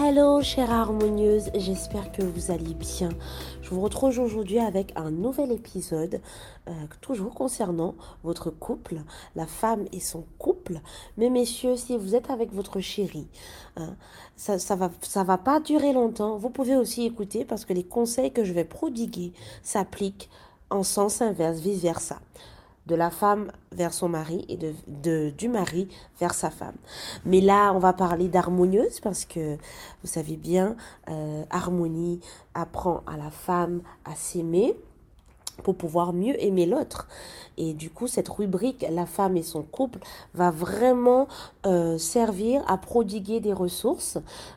Hello chère harmonieuse, j'espère que vous allez bien. Je vous retrouve aujourd'hui avec un nouvel épisode, toujours concernant votre couple, la femme et son couple. Mais messieurs, si vous êtes avec votre chéri, hein, ça va pas durer longtemps. Vous pouvez aussi écouter parce que les conseils que je vais prodiguer s'appliquent en sens inverse, vice-versa, de la femme vers son mari et du mari vers sa femme. Mais là, on va parler d'harmonieuse parce que vous savez bien, harmonie apprend à la femme à s'aimer pour pouvoir mieux aimer l'autre. Et du coup, cette rubrique, la femme et son couple, va vraiment servir à prodiguer des ressources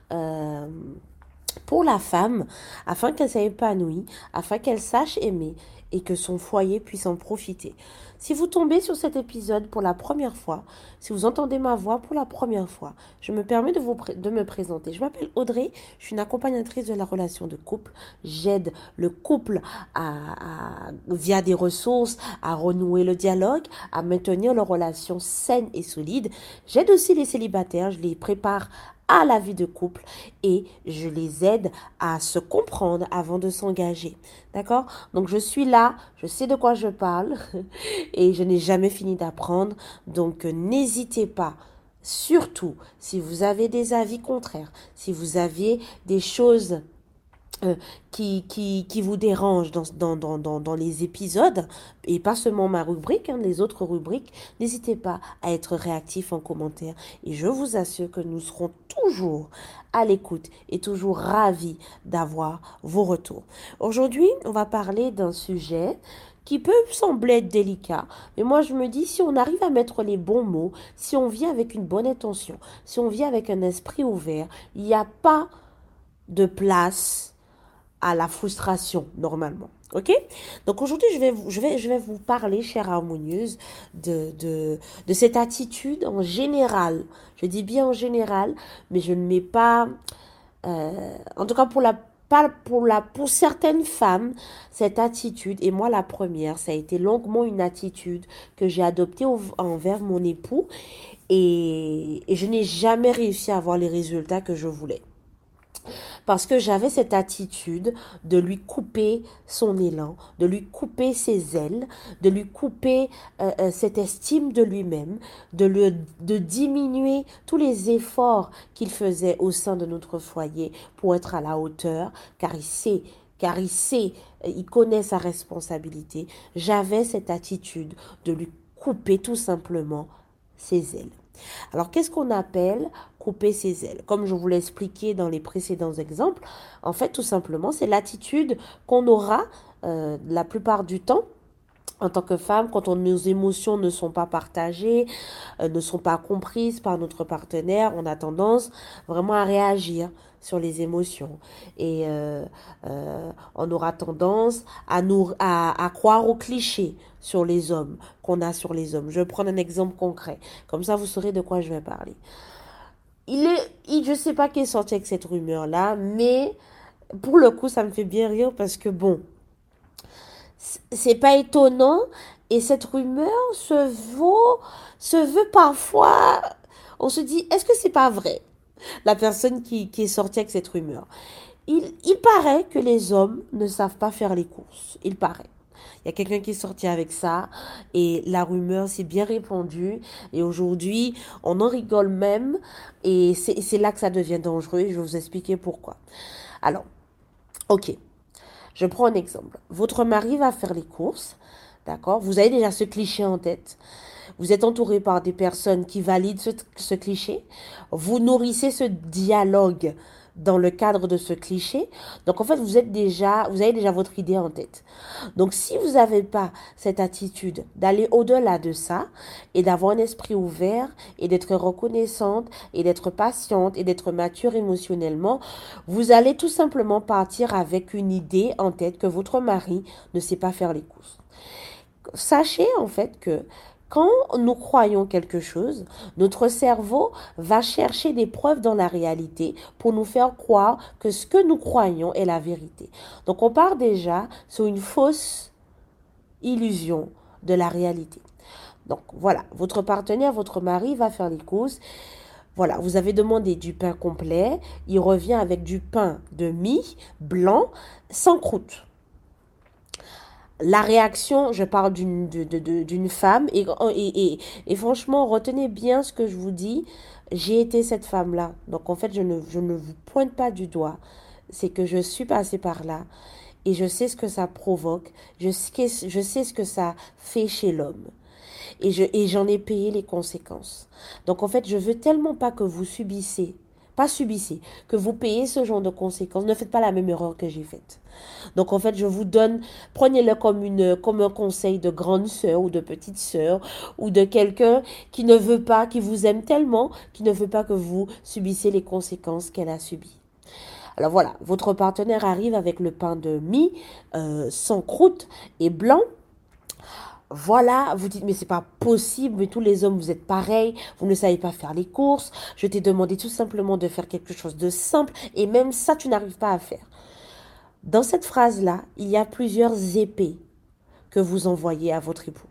pour la femme, afin qu'elle s'épanouisse, afin qu'elle sache aimer et que son foyer puisse en profiter. Si vous tombez sur cet épisode pour la première fois, si vous entendez ma voix pour la première fois, je me permets de me présenter. Je m'appelle Audrey, je suis une accompagnatrice de la relation de couple. J'aide le couple via des ressources à renouer le dialogue, à maintenir leur relation saine et solide. J'aide aussi les célibataires, je les prépare à la vie de couple et je les aide à se comprendre avant de s'engager. D'accord? Donc je suis là, je sais de quoi je parle et je n'ai jamais fini d'apprendre. Donc n'hésitez pas. Surtout, si vous avez des avis contraires, si vous avez des choses qui vous dérange dans les épisodes, et pas seulement ma rubrique, les autres rubriques, n'hésitez pas à être réactif en commentaire. Et je vous assure que nous serons toujours à l'écoute et toujours ravis d'avoir vos retours. Aujourd'hui, on va parler d'un sujet qui peut sembler être délicat, mais moi je me dis, si on arrive à mettre les bons mots, si on vient avec une bonne intention, si on vient avec un esprit ouvert, il n'y a pas de place à la frustration normalement. Ok? Donc aujourd'hui, je vais vous parler, chère harmonieuse, de cette attitude en général. Je dis bien en général, mais je ne mets pas, en tout cas pour certaines femmes, cette attitude, et moi la première, ça a été longuement une attitude que j'ai adoptée envers mon époux, et je n'ai jamais réussi à avoir les résultats que je voulais. Parce que j'avais cette attitude de lui couper son élan, de lui couper ses ailes, de lui couper cette estime de lui-même, de diminuer tous les efforts qu'il faisait au sein de notre foyer pour être à la hauteur, car il sait, il connaît sa responsabilité. J'avais cette attitude de lui couper tout simplement ses ailes. Alors, qu'est-ce qu'on appelle couper ses ailes? Comme je vous l'ai expliqué dans les précédents exemples, en fait, tout simplement, c'est l'attitude qu'on aura la plupart du temps en tant que femme, quand nos émotions ne sont pas partagées, ne sont pas comprises par notre partenaire, on a tendance vraiment à réagir sur les émotions. Et on aura tendance à croire aux clichés sur les hommes, qu'on a sur les hommes. Je vais prendre un exemple concret. Comme ça, vous saurez de quoi je vais parler. Je ne sais pas qui est sorti avec cette rumeur-là, mais pour le coup, ça me fait bien rire parce que bon, c'est pas étonnant et cette rumeur se veut parfois, on se dit, est-ce que c'est pas vrai? La personne qui est sortie avec cette rumeur. Il paraît que les hommes ne savent pas faire les courses. Il paraît. Il y a quelqu'un qui est sorti avec ça et la rumeur s'est bien répandue et aujourd'hui on en rigole même et c'est là que ça devient dangereux et je vais vous expliquer pourquoi. Alors, ok, je prends un exemple. Votre mari va faire les courses, d'accord? Vous avez déjà ce cliché en tête. Vous êtes entouré par des personnes qui valident ce cliché. Vous nourrissez ce dialogue dans le cadre de ce cliché. Donc, en fait, vous avez déjà votre idée en tête. Donc, si vous n'avez pas cette attitude d'aller au-delà de ça et d'avoir un esprit ouvert et d'être reconnaissante et d'être patiente et d'être mature émotionnellement, vous allez tout simplement partir avec une idée en tête que votre mari ne sait pas faire les courses. Sachez en fait que quand nous croyons quelque chose, notre cerveau va chercher des preuves dans la réalité pour nous faire croire que ce que nous croyons est la vérité. Donc on part déjà sur une fausse illusion de la réalité. Donc voilà, votre partenaire, votre mari va faire les courses. Voilà, vous avez demandé du pain complet, il revient avec du pain de mie blanc sans croûte. La réaction, je parle d'une femme, et franchement, retenez bien ce que je vous dis, j'ai été cette femme-là. Donc en fait, je ne vous pointe pas du doigt, c'est que je suis passée par là, et je sais ce que ça provoque, je sais ce que ça fait chez l'homme. Et j'en ai payé les conséquences. Donc en fait, je veux tellement pas que vous subissez, pas subissez, que vous payez ce genre de conséquences. Ne faites pas la même erreur que j'ai faite. Donc en fait, je vous donne, prenez-le comme un conseil de grande sœur ou de petite sœur ou de quelqu'un qui ne veut pas, qui vous aime tellement, qui ne veut pas que vous subissiez les conséquences qu'elle a subies. Alors voilà, votre partenaire arrive avec le pain de mie sans croûte et blanc. Voilà, vous dites, mais c'est pas possible, mais tous les hommes, vous êtes pareils, vous ne savez pas faire les courses, je t'ai demandé tout simplement de faire quelque chose de simple, et même ça, tu n'arrives pas à faire. Dans cette phrase-là, il y a plusieurs épées que vous envoyez à votre époux.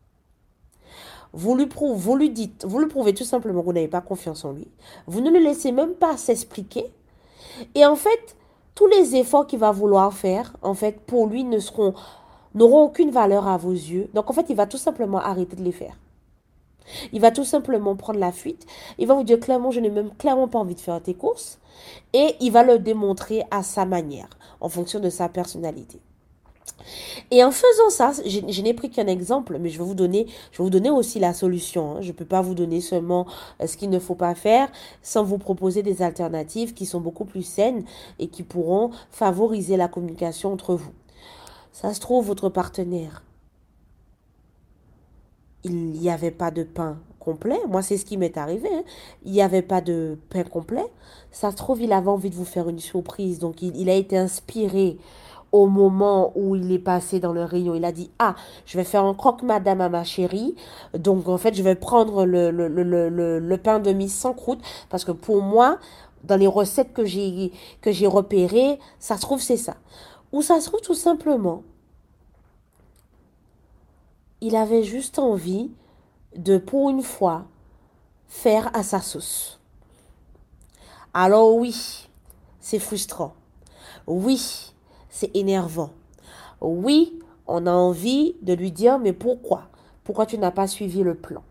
Vous lui prouvez tout simplement que vous n'avez pas confiance en lui. Vous ne le laissez même pas s'expliquer. Et en fait, tous les efforts qu'il va vouloir faire, en fait, pour lui, n'auront aucune valeur à vos yeux. Donc, en fait, il va tout simplement arrêter de les faire. Il va tout simplement prendre la fuite. Il va vous dire clairement, je n'ai même clairement pas envie de faire tes courses. Et il va le démontrer à sa manière, en fonction de sa personnalité. Et en faisant ça, je n'ai pris qu'un exemple, mais je vais vous donner aussi la solution. Je ne peux pas vous donner seulement ce qu'il ne faut pas faire sans vous proposer des alternatives qui sont beaucoup plus saines et qui pourront favoriser la communication entre vous. Ça se trouve, votre partenaire, il n'y avait pas de pain complet. Moi, c'est ce qui m'est arrivé. Il n'y avait pas de pain complet. Ça se trouve, il avait envie de vous faire une surprise. Donc, il a été inspiré au moment où il est passé dans le rayon. Il a dit, ah, je vais faire un croque-madame à ma chérie. Donc, en fait, je vais prendre le pain de mie sans croûte. Parce que pour moi, dans les recettes que j'ai repérées, ça se trouve, c'est ça. Ou ça se trouve tout simplement, il avait juste envie de, pour une fois, faire à sa sauce. Alors oui, c'est frustrant. Oui, c'est énervant. Oui, on a envie de lui dire, mais pourquoi? Pourquoi tu n'as pas suivi le plan?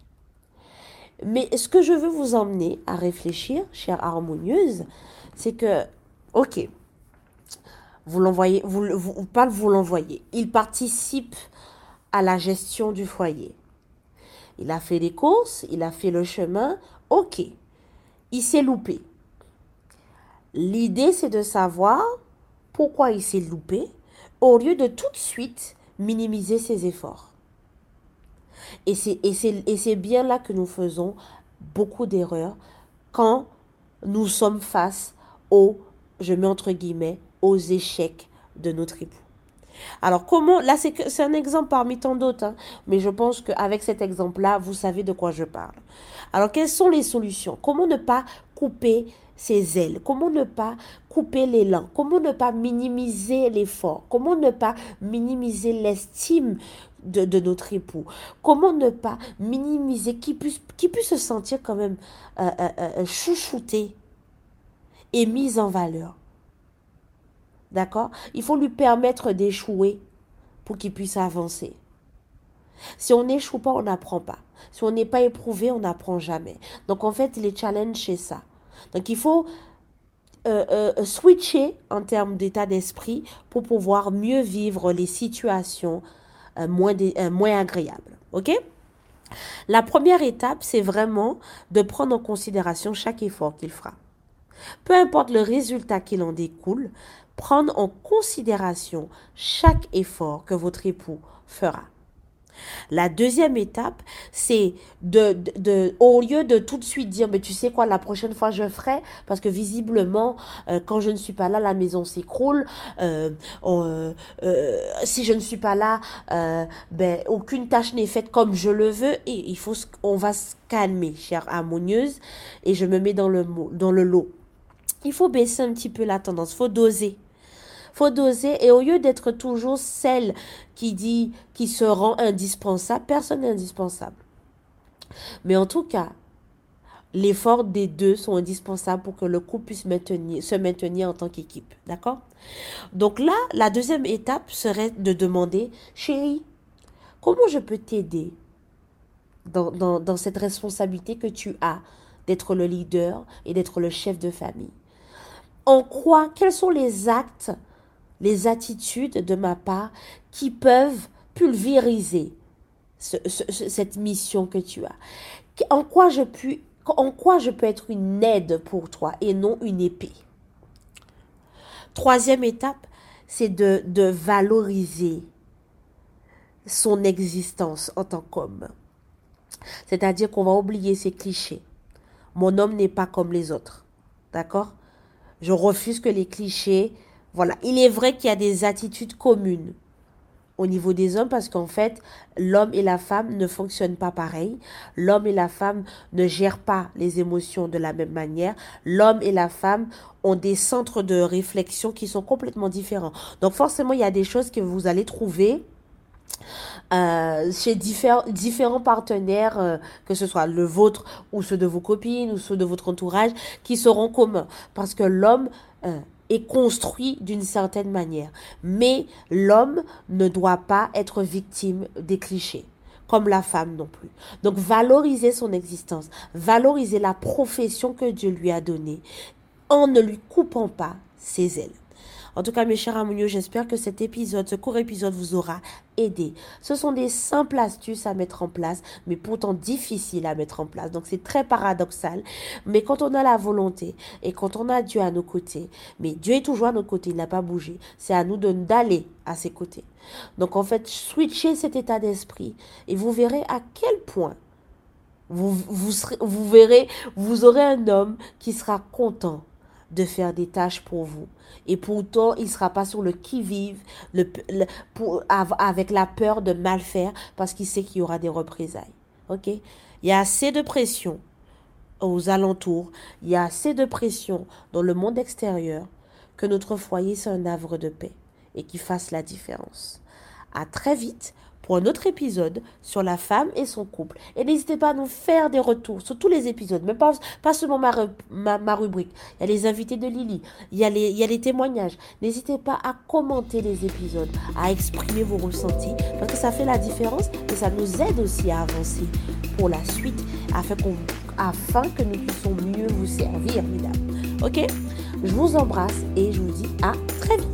Mais ce que je veux vous emmener à réfléchir, chère harmonieuse, c'est que, ok, vous l'envoyez, vous l'envoyez. Il participe à la gestion du foyer. Il a fait les courses, il a fait le chemin, ok, il s'est loupé. L'idée, c'est de savoir pourquoi il s'est loupé au lieu de tout de suite minimiser ses efforts. Et c'est bien là que nous faisons beaucoup d'erreurs quand nous sommes face aux, je mets entre guillemets, aux échecs de notre époux. Alors comment, là c'est un exemple parmi tant d'autres, hein, mais je pense qu'avec cet exemple-là, vous savez de quoi je parle. Alors quelles sont les solutions? Comment ne pas couper ses ailes? Comment ne pas couper l'élan? Comment ne pas minimiser l'effort? Comment ne pas minimiser l'estime de notre époux? Comment ne pas minimiser, qu'il puisse se sentir quand même chouchouté et mis en valeur? D'accord? Il faut lui permettre d'échouer pour qu'il puisse avancer. Si on n'échoue pas, on n'apprend pas. Si on n'est pas éprouvé, on n'apprend jamais. Donc en fait, les challenges, c'est ça. Donc il faut switcher en termes d'état d'esprit pour pouvoir mieux vivre les situations moins agréables. OK? La première étape, c'est vraiment de prendre en considération chaque effort qu'il fera. Peu importe le résultat qu'il en découle, prendre en considération chaque effort que votre époux fera. La deuxième étape, c'est au lieu de tout de suite dire, mais tu sais quoi, la prochaine fois je ferai, parce que visiblement, quand je ne suis pas là, la maison s'écroule. Si je ne suis pas là, aucune tâche n'est faite comme je le veux. Et on va se calmer, chère harmonieuse, et je me mets dans le lot. Il faut baisser un petit peu la tendance, faut doser. Faut doser, et au lieu d'être toujours celle qui se rend indispensable, personne n'est indispensable. Mais en tout cas, L'effort des deux sont indispensables pour que le couple puisse se maintenir en tant qu'équipe. D'accord? Donc là, la deuxième étape serait de demander, chérie, comment je peux t'aider dans cette responsabilité que tu as d'être le leader et d'être le chef de famille? En quoi, quels sont les actes, les attitudes de ma part qui peuvent pulvériser cette mission que tu as? En quoi je peux être une aide pour toi et non une épée? Troisième étape, c'est de valoriser son existence en tant qu'homme. C'est-à-dire qu'on va oublier ces clichés. Mon homme n'est pas comme les autres. D'accord? Je refuse que les clichés... Voilà. Il est vrai qu'il y a des attitudes communes au niveau des hommes parce qu'en fait, l'homme et la femme ne fonctionnent pas pareil. L'homme et la femme ne gèrent pas les émotions de la même manière. L'homme et la femme ont des centres de réflexion qui sont complètement différents. Donc forcément, il y a des choses que vous allez trouver chez différents partenaires, que ce soit le vôtre ou ceux de vos copines ou ceux de votre entourage, qui seront communs. Parce que l'homme est construit d'une certaine manière. Mais l'homme ne doit pas être victime des clichés, comme la femme non plus. Donc valoriser son existence, valoriser la profession que Dieu lui a donnée, en ne lui coupant pas ses ailes. En tout cas, mes chers harmonieux, j'espère que cet épisode, ce court épisode vous aura aidé. Ce sont des simples astuces à mettre en place, mais pourtant difficiles à mettre en place. Donc, c'est très paradoxal. Mais quand on a la volonté et quand on a Dieu à nos côtés, mais Dieu est toujours à nos côtés, il n'a pas bougé. C'est à nous d'aller à ses côtés. Donc, en fait, switchez cet état d'esprit et vous verrez à quel point vous verrez, vous aurez un homme qui sera content de faire des tâches pour vous. Et pourtant, il ne sera pas sur le qui-vive avec la peur de mal faire parce qu'il sait qu'il y aura des représailles. Ok? Il y a assez de pression aux alentours, il y a assez de pression dans le monde extérieur que notre foyer soit un havre de paix et qui fasse la différence. À très vite pour un autre épisode sur la femme et son couple. Et n'hésitez pas à nous faire des retours sur tous les épisodes, mais pas seulement ma rubrique. Il y a les invités de Lily, il y a les témoignages. N'hésitez pas à commenter les épisodes, à exprimer vos ressentis, parce que ça fait la différence et ça nous aide aussi à avancer pour la suite, afin que nous puissions mieux vous servir, mesdames. Ok? Je vous embrasse et je vous dis à très vite.